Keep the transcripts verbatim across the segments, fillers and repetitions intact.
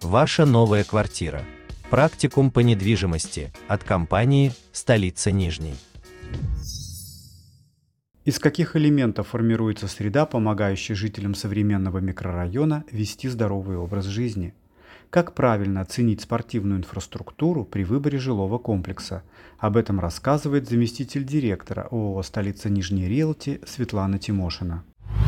Ваша новая квартира. Практикум по недвижимости от компании «Столица Нижней». Из каких элементов формируется среда, помогающая жителям современного микрорайона вести здоровый образ жизни? Как правильно оценить спортивную инфраструктуру при выборе жилого комплекса? Об этом рассказывает заместитель директора ООО «Столица Нижней Риэлти» Светлана Тимошина.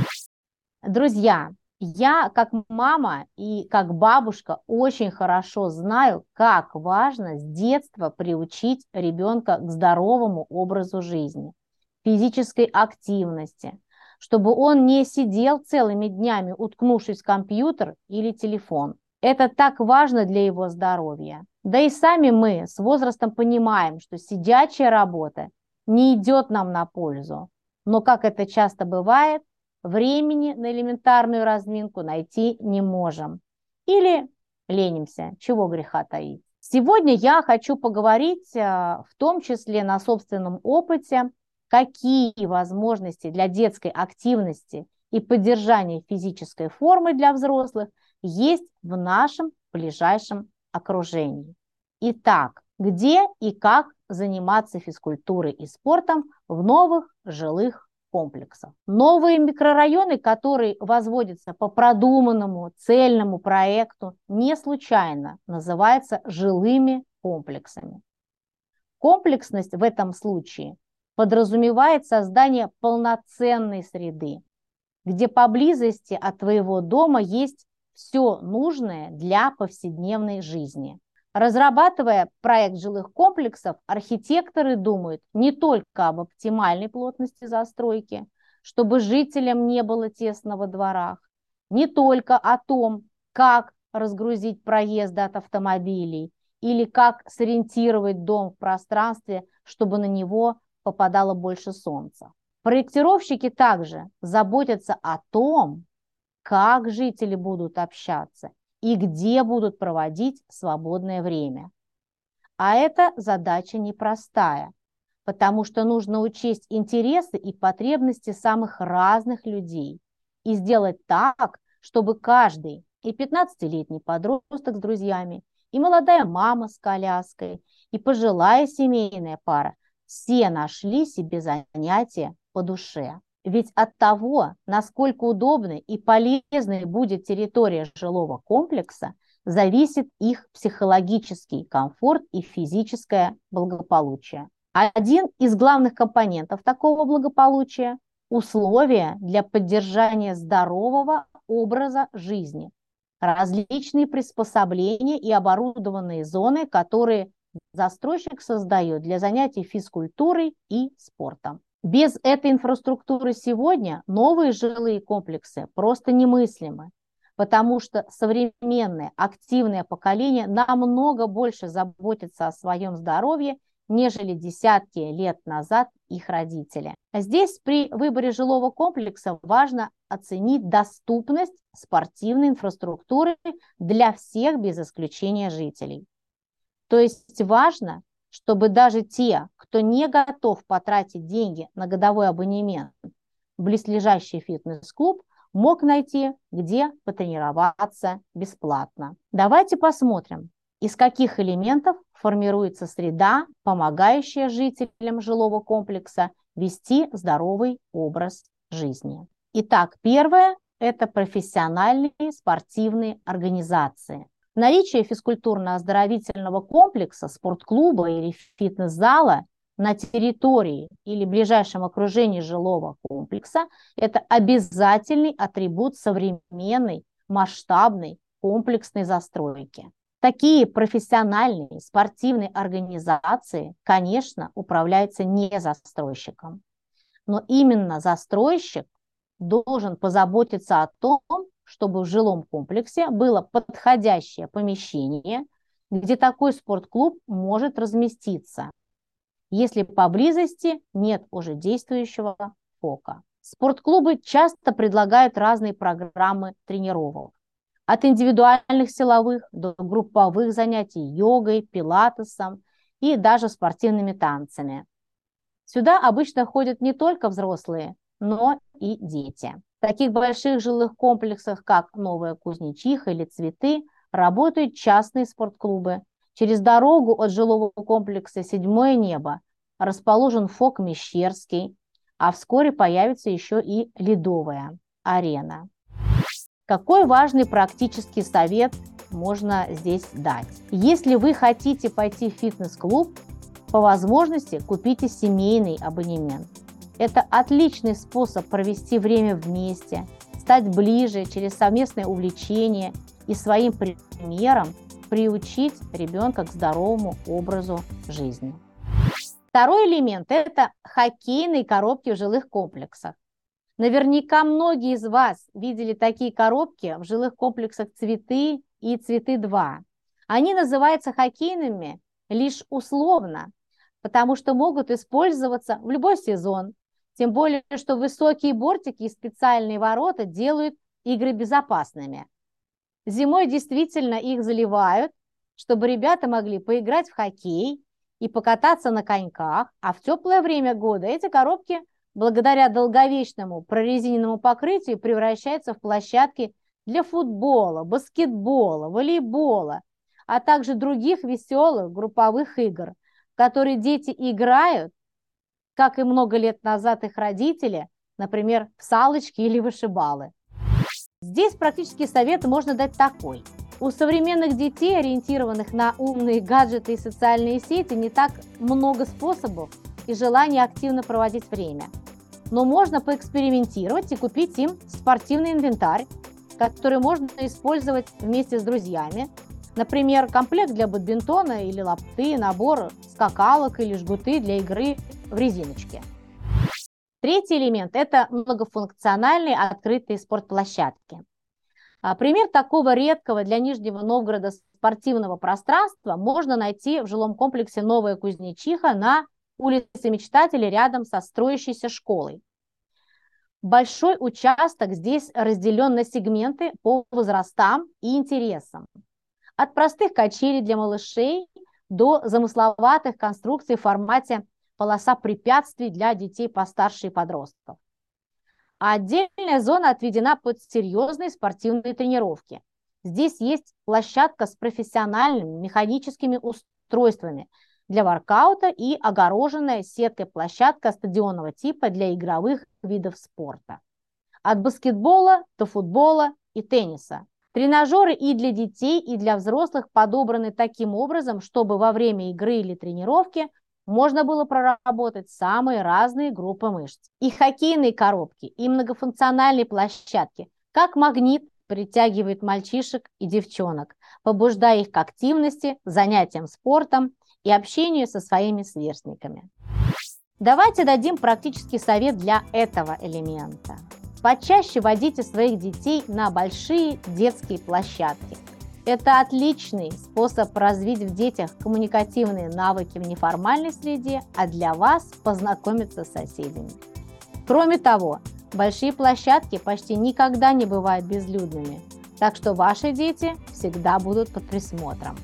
Друзья, я как мама и как бабушка очень хорошо знаю, как важно с детства приучить ребенка к здоровому образу жизни, физической активности, чтобы он не сидел целыми днями, уткнувшись в компьютер или телефон. Это так важно для его здоровья. Да и сами мы с возрастом понимаем, что сидячая работа не идет нам на пользу. Но, как это часто бывает, времени на элементарную разминку найти не можем. Или ленимся, чего греха таить. Сегодня я хочу поговорить в том числе на собственном опыте, какие возможности для детской активности и поддержания физической формы для взрослых есть в нашем ближайшем окружении. Итак, где и как заниматься физкультурой и спортом в новых жилых комплексах? Новые микрорайоны, которые возводятся по продуманному цельному проекту, не случайно называются жилыми комплексами. Комплексность в этом случае подразумевает создание полноценной среды, где поблизости от твоего дома есть все нужное для повседневной жизни. Разрабатывая проект жилых комплексов, архитекторы думают не только об оптимальной плотности застройки, чтобы жителям не было тесно во дворах, не только о том, как разгрузить проезды от автомобилей или как сориентировать дом в пространстве, чтобы на него попадало больше солнца. Проектировщики также заботятся о том, как жители будут общаться и где будут проводить свободное время. А эта задача непростая, потому что нужно учесть интересы и потребности самых разных людей и сделать так, чтобы каждый, и пятнадцатилетний подросток с друзьями, и молодая мама с коляской, и пожилая семейная пара все нашли себе занятия по душе. Ведь от того, насколько удобной и полезной будет территория жилого комплекса, зависит их психологический комфорт и физическое благополучие. Один из главных компонентов такого благополучия – условия для поддержания здорового образа жизни, различные приспособления и оборудованные зоны, которые застройщик создает для занятий физкультурой и спортом. Без этой инфраструктуры сегодня новые жилые комплексы просто немыслимы, потому что современное активное поколение намного больше заботится о своем здоровье, нежели десятки лет назад их родители. Здесь при выборе жилого комплекса важно оценить доступность спортивной инфраструктуры для всех без исключения жителей. То есть важно, чтобы даже те, кто не готов потратить деньги на годовой абонемент в близлежащий фитнес-клуб, мог найти, где потренироваться бесплатно. Давайте посмотрим, из каких элементов формируется среда, помогающая жителям жилого комплекса вести здоровый образ жизни. Итак, первое – это профессиональные спортивные организации. Наличие физкультурно-оздоровительного комплекса, спортклуба или фитнес-зала на территории или ближайшем окружении жилого комплекса – это обязательный атрибут современной, масштабной, комплексной застройки. Такие профессиональные спортивные организации, конечно, управляются не застройщиком, но именно застройщик должен позаботиться о том, чтобы в жилом комплексе было подходящее помещение, где такой спортклуб может разместиться, если поблизости нет уже действующего ФОКа. Спортклубы часто предлагают разные программы тренировок. От индивидуальных силовых до групповых занятий йогой, пилатесом и даже спортивными танцами. Сюда обычно ходят не только взрослые, но и дети. В таких больших жилых комплексах, как Новая Кузнечиха или Цветы, работают частные спортклубы. Через дорогу от жилого комплекса «Седьмое небо» расположен ФОК Мещерский, а вскоре появится еще и ледовая арена. Какой важный практический совет можно здесь дать? Если вы хотите пойти в фитнес-клуб, по возможности купите семейный абонемент. Это отличный способ провести время вместе, стать ближе через совместное увлечение и своим примером приучить ребенка к здоровому образу жизни. Второй элемент – это хоккейные коробки в жилых комплексах. Наверняка многие из вас видели такие коробки в жилых комплексах «Цветы» и «Цветы-два». Они называются хоккейными лишь условно, потому что могут использоваться в любой сезон. Тем более, что высокие бортики и специальные ворота делают игры безопасными. Зимой действительно их заливают, чтобы ребята могли поиграть в хоккей и покататься на коньках, а в теплое время года эти коробки, благодаря долговечному прорезиненному покрытию, превращаются в площадки для футбола, баскетбола, волейбола, а также других веселых групповых игр, в которые дети играют, как и много лет назад их родители, например, в салочки или вышибалы. Здесь практический совет можно дать такой. У современных детей, ориентированных на умные гаджеты и социальные сети, не так много способов и желания активно проводить время. Но можно поэкспериментировать и купить им спортивный инвентарь, который можно использовать вместе с друзьями. Например, комплект для бадминтона или лапты, набор скакалок или жгуты для игры в резиночке. Третий элемент – это многофункциональные открытые спортплощадки. Пример такого редкого для Нижнего Новгорода спортивного пространства можно найти в жилом комплексе «Новая Кузнечиха» на улице Мечтателей рядом со строящейся школой. Большой участок здесь разделен на сегменты по возрастам и интересам. От простых качелей для малышей до замысловатых конструкций в формате полоса препятствий для детей постарше и подростков. А отдельная зона отведена под серьезные спортивные тренировки. Здесь есть площадка с профессиональными механическими устройствами для воркаута и огороженная сеткой площадка стадионного типа для игровых видов спорта. От баскетбола до футбола и тенниса. Тренажеры и для детей, и для взрослых подобраны таким образом, чтобы во время игры или тренировки можно было проработать самые разные группы мышц. И хоккейные коробки, и многофункциональные площадки, как магнит, притягивают мальчишек и девчонок, побуждая их к активности, занятиям спортом и общению со своими сверстниками. Давайте дадим практический совет для этого элемента. Почаще водите своих детей на большие детские площадки. Это отличный способ развить в детях коммуникативные навыки в неформальной среде, а для вас познакомиться с соседями. Кроме того, большие площадки почти никогда не бывают безлюдными, так что ваши дети всегда будут под присмотром.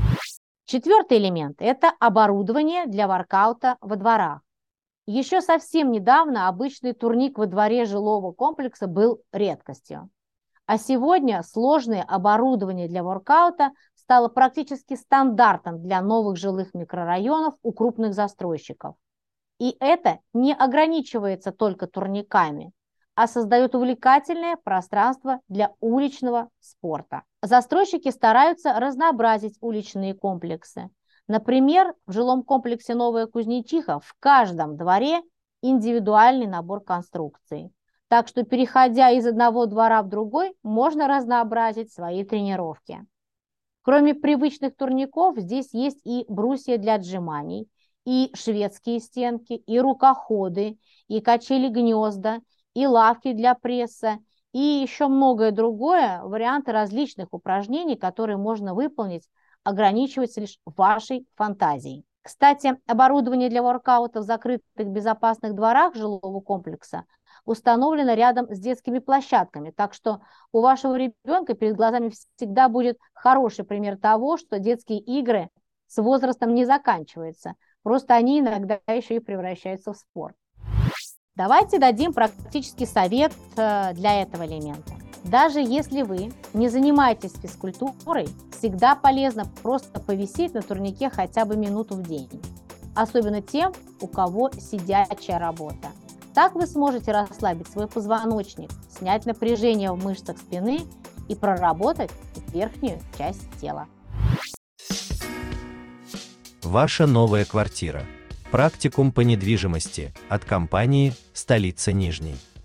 Четвертый элемент – это оборудование для воркаута во дворах. Еще совсем недавно обычный турник во дворе жилого комплекса был редкостью. А сегодня сложное оборудование для воркаута стало практически стандартом для новых жилых микрорайонов у крупных застройщиков. И это не ограничивается только турниками, а создает увлекательное пространство для уличного спорта. Застройщики стараются разнообразить уличные комплексы. Например, в жилом комплексе «Новая Кузнечиха» в каждом дворе индивидуальный набор конструкций. Так что, переходя из одного двора в другой, можно разнообразить свои тренировки. Кроме привычных турников, здесь есть и брусья для отжиманий, и шведские стенки, и рукоходы, и качели-гнезда, и лавки для пресса, и еще многое другое, варианты различных упражнений, которые можно выполнить, ограничиваются лишь вашей фантазией. Кстати, оборудование для воркаута в закрытых безопасных дворах жилого комплекса установлено рядом с детскими площадками, так что у вашего ребенка перед глазами всегда будет хороший пример того, что детские игры с возрастом не заканчиваются, просто они иногда еще и превращаются в спорт. Давайте дадим практический совет для этого элемента. Даже если вы не занимаетесь физкультурой, всегда полезно просто повисеть на турнике хотя бы минуту в день. Особенно тем, у кого сидячая работа. Так вы сможете расслабить свой позвоночник, снять напряжение в мышцах спины и проработать верхнюю часть тела. Ваша новая квартира. Практикум по недвижимости от компании «Столица Нижней».